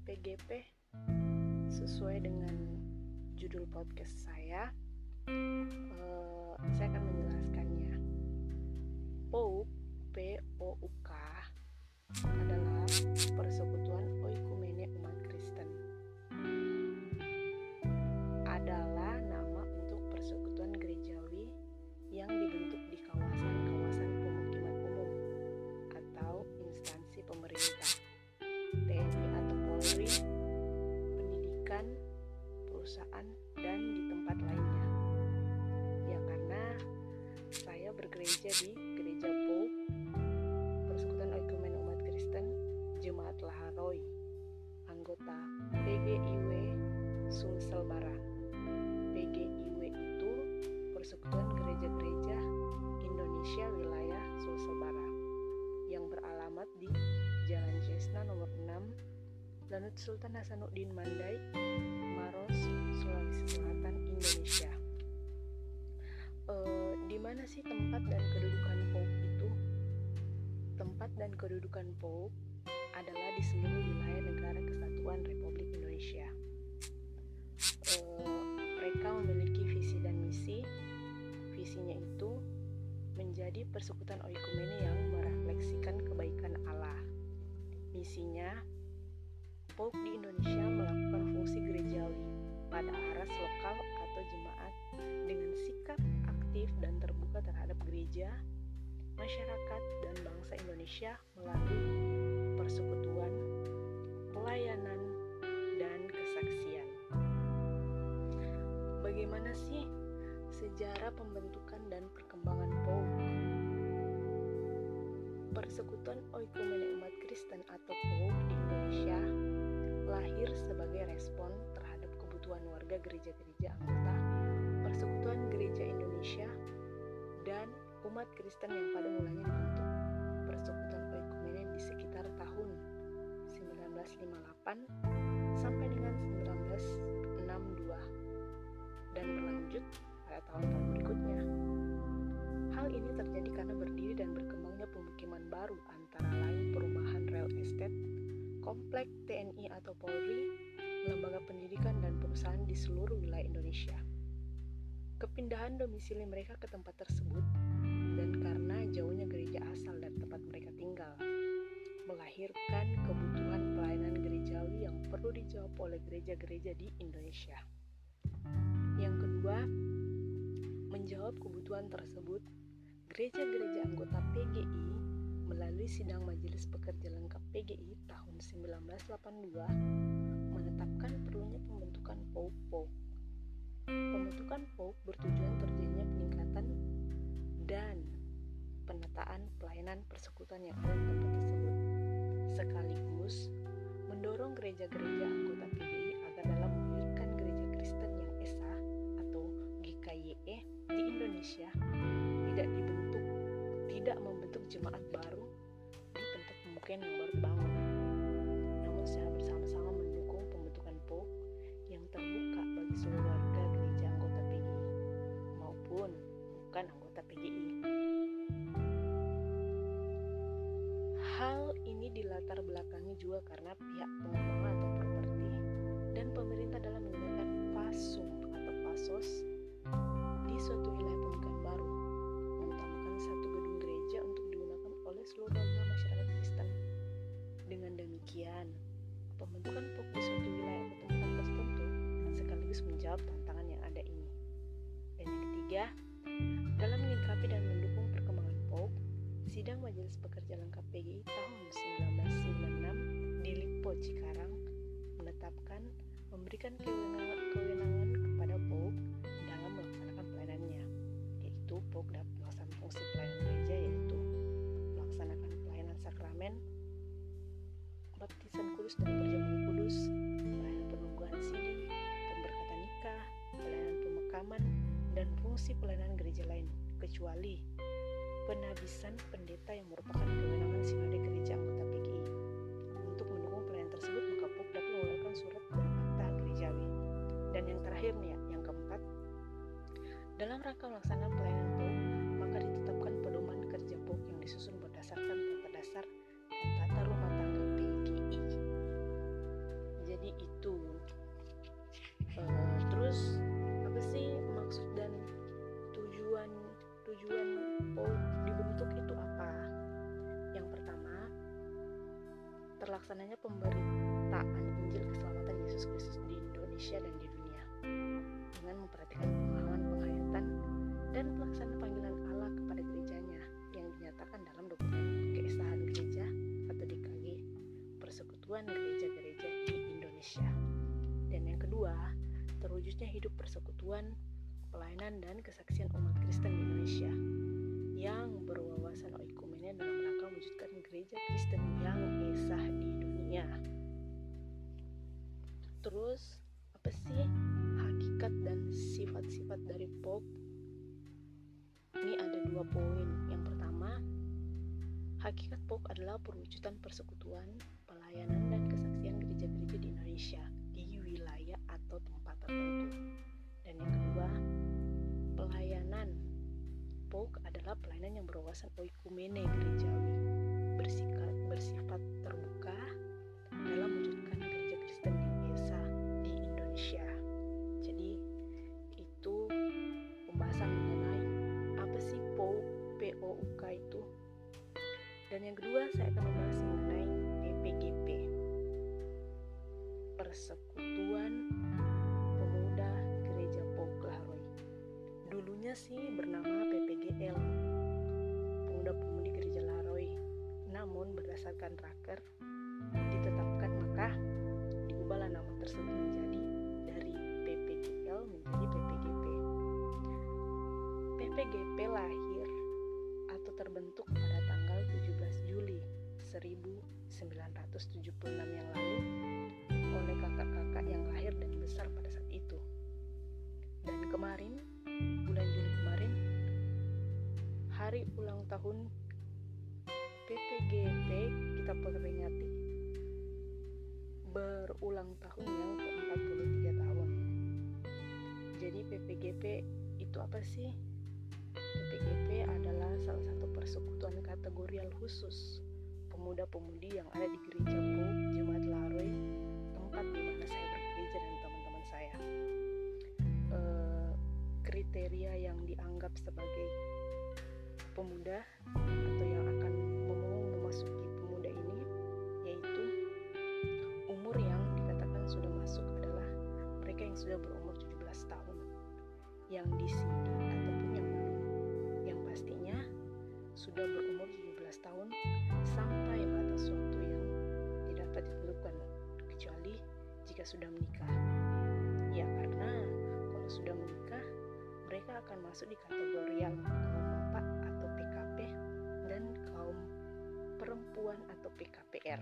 PGP sesuai dengan judul podcast saya. Saya akan menjelaskannya. POUK adalah Persekutuan Oikumene Umat Kristen. Adalah nama untuk persekutuan gerejawi yang dibentuk di kawasan-kawasan pemukiman umum atau instansi pemerintah, TNI atau Polri, pendidikan, perusahaan, dan di tempat lainnya. Ya, karena saya bergereja di Gereja POUK, Persekutuan Oikumene Umat Kristen, Jemaat Laharoi, anggota PGIW Sulsel Barat. PGIW itu Persekutuan Gereja-Gereja Indonesia Wilayah Sulsel Barat yang beralamat di Jalan Jesna nomor 6, Lanut Sultan Hasanuddin Mandai, Maros, Sulawesi Selatan, Indonesia. Di mana sih tempat dan kedudukan POUK itu? Tempat dan kedudukan POUK adalah di seluruh wilayah Negara Kesatuan Republik Indonesia. Mereka memiliki visi dan misi. Visinya itu menjadi persekutuan oikumene yang merefleksikan kebaikan Allah. Misinya, POUK di Indonesia melakukan fungsi gerejawi pada aras lokal atau jemaat dengan sikap aktif dan terbuka terhadap gereja, masyarakat, dan bangsa Indonesia melalui persekutuan, pelayanan, dan kesaksian. Bagaimana sih sejarah pembentukan dan perkembangan POUK? Persekutuan Oikumene Umat Kristen atau POUK di Indonesia lahir sebagai respon terhadap kebutuhan warga gereja-gereja anggota Persekutuan Gereja Indonesia dan umat Kristen yang pada mulanya dibentuk Persekutuan Oikumene di sekitar tahun 1958 sampai dengan 1962 dan berlanjut pada tahun-tahun berikutnya. Hal ini terjadi karena berdiri dan berkembangnya pemukiman baru antara lain perumahan real estate, komplek TNI atau Polri, lembaga pendidikan dan perusahaan di seluruh wilayah Indonesia. Kepindahan domisili mereka ke tempat tersebut dan karena jauhnya gereja asal dari tempat mereka tinggal, melahirkan kebutuhan pelayanan gerejawi yang perlu dijawab oleh gereja-gereja di Indonesia. Yang kedua, menjawab kebutuhan tersebut, gereja-gereja anggota PGI melalui Sidang Majelis Pekerja Lengkap PGI tahun 1982 menetapkan perlunya pembentukan POUK. Pembentukan POUK bertujuan terjadinya peningkatan dan penataan pelayanan persekutuan yang ada di tempat tersebut, sekaligus mendorong gereja-gereja anggota PGI agar dalam mendirikan gereja Kristen yang esa atau GKYE di Indonesia tidak membentuk jemaat baru di tempat pemukiman yang baru dibangun, namun secara bersama-sama mendukung pembentukan POUK yang terbuka bagi seluruh warga gereja anggota PGI maupun bukan anggota PGI. Hal ini dilatar belakangi juga karena pihak pengelola atau properti dan pemerintah dalam menggunakan fasum atau fasos di suatu wilayah pemukiman baru, mengutamakan satu gedung gereja untuk digunakan oleh seluruh warga masyarakat Kristen. Dengan demikian, pembentukan POUK di suatu wilayah atau tempat tertentu sekaligus menjawab tantangan yang ada ini. Dan yang ketiga, dalam menyikapi dan mendukung perkembangan POUK, Sidang Majelis Pekerja Lengkap PGI tahun 1996 di Lipo Cikarang menetapkan memberikan kewenangan kepada POUK dalam melaksanakan pelayanannya, yaitu POUK dapat melaksanakan fungsi pelayanan gereja, yaitu melaksanakan pelayanan sakramen, baptisan kudus dan perjamuan kudus, pelayanan penungguan sidi, pemberkatan nikah, pelayanan pemakaman, dan fungsi pelayanan gereja lain, kecuali penabisan pendeta yang merupakan kewenangan sinode gereja anggota PGI. Untuk mendukung pelayanan tersebut, maka POUK dapat mengeluarkan surat dan akta gerejawi. Dan yang terakhir nih ya, yang keempat, dalam rangka melaksanakan pelayanan POUK, maka ditetapkan pedoman kerja POUK yang disusun berdasarkan tata dasar dan tata rumah tangga PGI. terlaksananya pemberitaan Injil keselamatan Yesus Kristus di Indonesia dan di dunia, dengan memperhatikan pemahaman penghayatan dan pelaksanaan panggilan Allah kepada gerejanya yang dinyatakan dalam dokumen Keesdahan Gereja atau DKG, Persekutuan Gereja-Gereja di Indonesia. Dan yang kedua, terwujudnya hidup persekutuan, pelayanan dan kesaksian umat Kristen di Indonesia yang berwawasan oikumene dalam rangka mewujudkan gereja Kristen yang esa di dunia. Terus, apa sih hakikat dan sifat-sifat dari Pope? Ini ada 2 poin. Yang pertama, hakikat Pope adalah perwujudan persekutuan, pelayanan dan kesaksian gereja-gereja di Indonesia di wilayah atau tempat tertentu. Dan yang kedua, pelayanan Pope adalah pelayanan yang berwawasan oikumene gerejawi, bersifat terbuka dalam mewujudkan gereja Kristen yang esa di Indonesia. Jadi itu pembahasan mengenai apa sih POUK itu. Dan yang kedua, saya akan membahas mengenai PPGP, Persekutuan Pemuda Gereja Pouk Laharoi. Dulunya sih bernama PPGL, Pemuda-Pemudi Gereja Laharoi. Namun berdasarkan raker ditetapkan, maka diubahlah nama tersebut menjadi dari PPGL menjadi PPGP. PPGP lahir atau terbentuk pada tanggal 17 Juli 1976 yang lalu oleh kakak-kakak yang lahir dan besar pada saat itu. Dan kemarin, bulan Juli kemarin, hari ulang tahun PPGP kita peringati berulang tahun yang ke-43 tahun. Jadi PPGP itu apa sih? PPGP adalah salah satu persekutuan kategorial khusus pemuda-pemudi yang ada di Gereja Pouk Jemaat Laharoi, tempat di mana saya bergereja dan teman-teman saya. Kriteria yang dianggap sebagai pemuda atau yang akan memasuki pemuda ini yaitu umur yang dikatakan sudah masuk adalah mereka yang sudah berumur 17 tahun, yang di sini ataupun yang belum, yang pastinya sudah berumur 17 tahun sampai batas waktu yang tidak dapat ditentukan kecuali jika sudah menikah. Ya, karena kalau sudah menikah mereka akan masuk di kategori yang kaum bapak atau PKP dan kaum perempuan atau PKPR.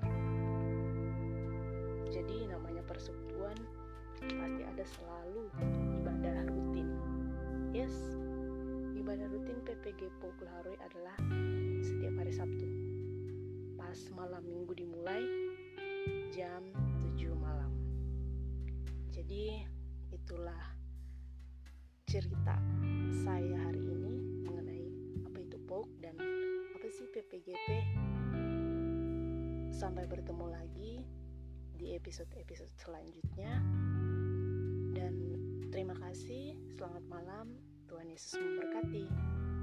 Jadi namanya persekutuan pasti ada selalu ibadah rutin. Yes, ibadah rutin PPG Pouk Laharoi adalah setiap hari Sabtu. Pas malam minggu dimulai jam 7 malam. Jadi itulah cerita saya hari ini mengenai apa itu Pouk dan apa sih PPGP. Sampai bertemu lagi di episode-episode selanjutnya. Dan terima kasih, selamat malam, Tuhan Yesus memberkati.